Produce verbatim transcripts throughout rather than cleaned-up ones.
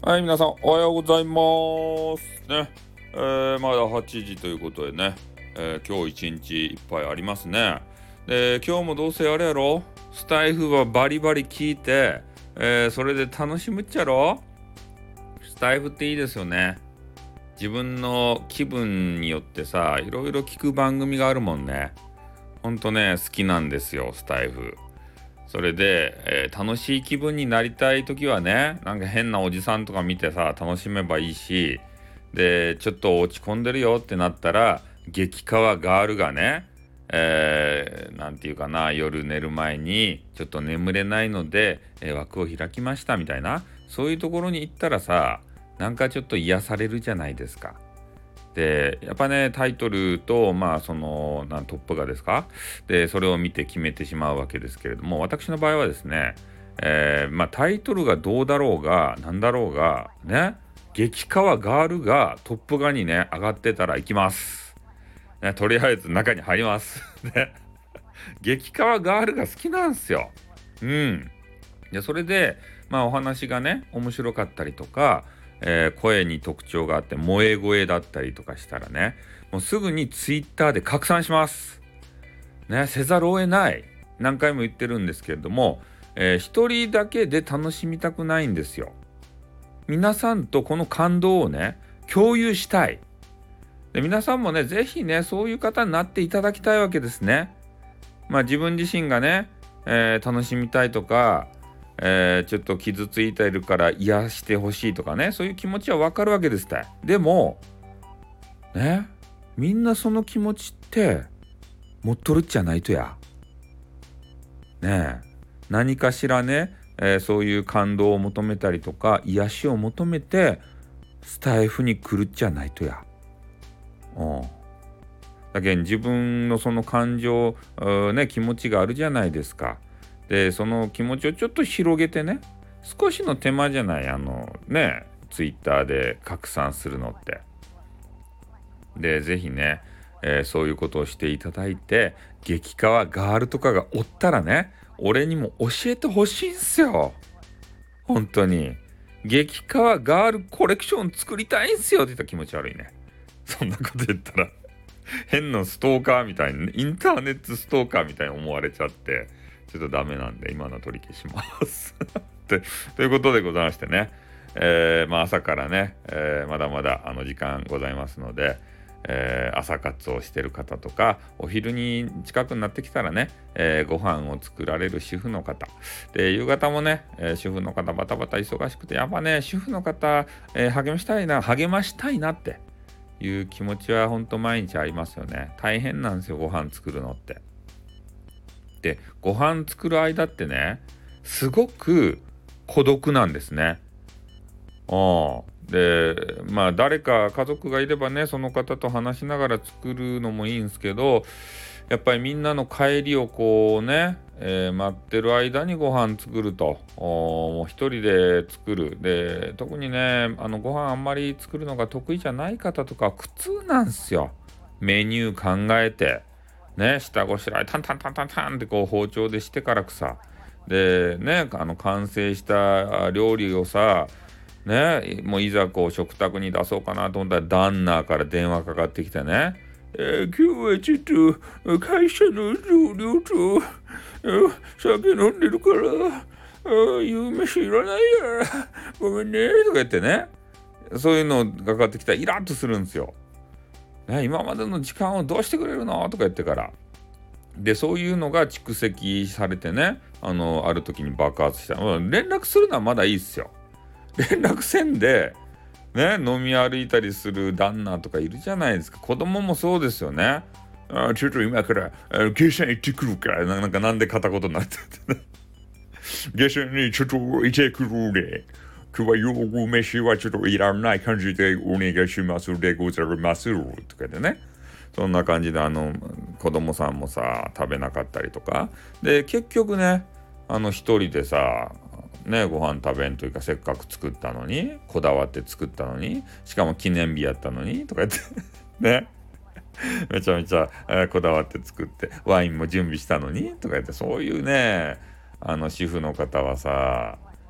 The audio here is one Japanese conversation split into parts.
はい、皆さんおはようございますね。えー、まだはちじということでね、えー、今日一日いっぱいありますね。で、今日もどうせあれやろ、スタイフはバリバリ聞いて、えー、それで楽しむっちゃろ。スタイフっていいですよね。自分の気分によってさ、いろいろ聞く番組があるもんね。ほんとね、好きなんですよ、スタイフ。それで、えー楽しい気分になりたい時はね、なんか変なおじさんとか見てさ、楽しめばいいし、で、ちょっと落ち込んでるよってなったら、激カワガールがね、えー、なんていうかな、夜寝る前に、ちょっと眠れないので、えー枠を開きましたみたいな、そういうところに行ったらさ、なんかちょっと癒されるじゃないですか。で、やっぱね、タイトルと、まあ、その、なんトップがですかで、それを見て決めてしまうわけですけれども、私の場合はですね、えーまあ、タイトルがどうだろうが、なんだろうが、ね、激カワガールがトップガンにね、上がってたら行きます。ね、とりあえず中に入ります。ね、激カワガールが好きなんですよ。うん。で、それで、まあお話がね、面白かったりとか、えー声に特徴があって、萌え声だったりとかしたらね、もうすぐにツイッターで拡散します。ね、せざるを得ない。何回も言ってるんですけれども、えー一人だけで楽しみたくないんですよ。皆さんとこの感動をね、共有したい。で、皆さんもね、ぜひね、そういう方になっていただきたいわけですね。まあ自分自身がね、えー楽しみたいとか、えーちょっと傷ついているから癒してほしいとかね、そういう気持ちはわかるわけですって。でも、ね、みんなその気持ちって持っとるっちゃないとや。ねえ、何かしらね、えーそういう感動を求めたりとか、癒しを求めて、スタイフに来るっちゃないとや。うん。だけん自分のその感情、うーね、気持ちがあるじゃないですか。で、その気持ちをちょっと広げてね、少しの手間じゃない、あのね、ツイッターで拡散するのって。で、ぜひね、えーそういうことをしていただいて、激カワガールとかがおったらね、俺にも教えてほしいんすよ。本当に。激カワガールコレクション作りたいんすよって言ったら気持ち悪いね。そんなこと言ったら変なストーカーみたいに、インターネットストーカーみたいに思われちゃって、ちょっとダメなんで、今の取り消しますで。ということでございましてね、えー、まあ朝からね、えーまだまだあの時間ございますので、えー朝活をしてる方とか、お昼に近くになってきたらね、えーご飯を作られる主婦の方、で、夕方もね、えー主婦の方バタバタ忙しくて、やっぱね、主婦の方、えー励ましたいな、励ましたいなって、いう気持ちはほんと毎日ありますよね。大変なんですよ、ご飯作るのって。で、ご飯作る間ってね、すごく孤独なんですね。ああ。で、まあ誰か家族がいればね、その方と話しながら作るのもいいんですけど、やっぱりみんなの帰りをこうね、えー待ってる間にご飯作ると、おもう一人で作る。で、特にね、あのご飯あんまり作るのが得意じゃない方とかは苦痛なんすよ。メニュー考えて、ね、下ごしらえタンタンタンタンタンってこう包丁でしてからくさ。で、ね、あの完成した料理をさ、ね、もういざこう食卓に出そうかなと思ったら旦那から電話かかってきてね、えー今日はちょっと会社の同僚とえー酒飲んでるからあー夕飯いらないやごめんねとか言ってね、そういうのがかかってきたらイラッとするんですよ。ね、今までの時間をどうしてくれるのとか言ってから。で、そういうのが蓄積されてね、あの、ある時に爆発した。うん、連絡するのはまだいいっすよ。連絡せんで、ね、飲み歩いたりする旦那とかいるじゃないですか。子供もそうですよね。あちょっと今からあ芸者行ってくるから、ななんかなんで片言になっててね。芸者にちょっと行ってくるで。今日は夜飯はちょっといらない感じでお願いしますでございますとかでね。そんな感じであの子供さんもさ食べなかったりとかで結局ねあの一人でさねご飯食べんというかせっかく作ったのにこだわって作ったのにしかも記念日やったのにとか言ってねめちゃめちゃ、えーこだわって作ってワインも準備したのにとか言ってそういうねあの主婦の方はさ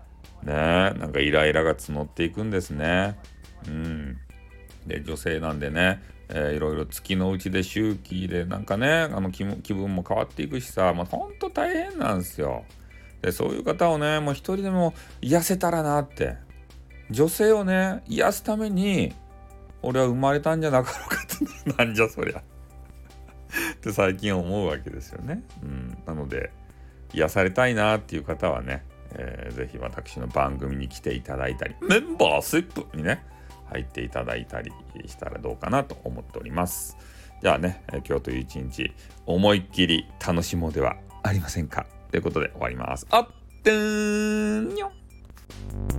ね、なんかイライラが募っていくんですね。うん。で女性なんでね、えーいろいろ月のうちで周期でなんかね、あの気も気分も変わっていくしさ、まあ、ほんと大変なんですよ。でそういう方をね、もう一人でも癒せたらなって、女性をね癒すために俺は生まれたんじゃなかろうかってなんじゃそりゃって最近思うわけですよね。うん、なので癒されたいなっていう方はね、えーぜひ私の番組に来ていただいたり、メンバーシップにね入っていただいたりしたらどうかなと思っております。じゃあね、えー今日という一日思いっきり楽しもうではありませんかということで終わります。あってーんにょん。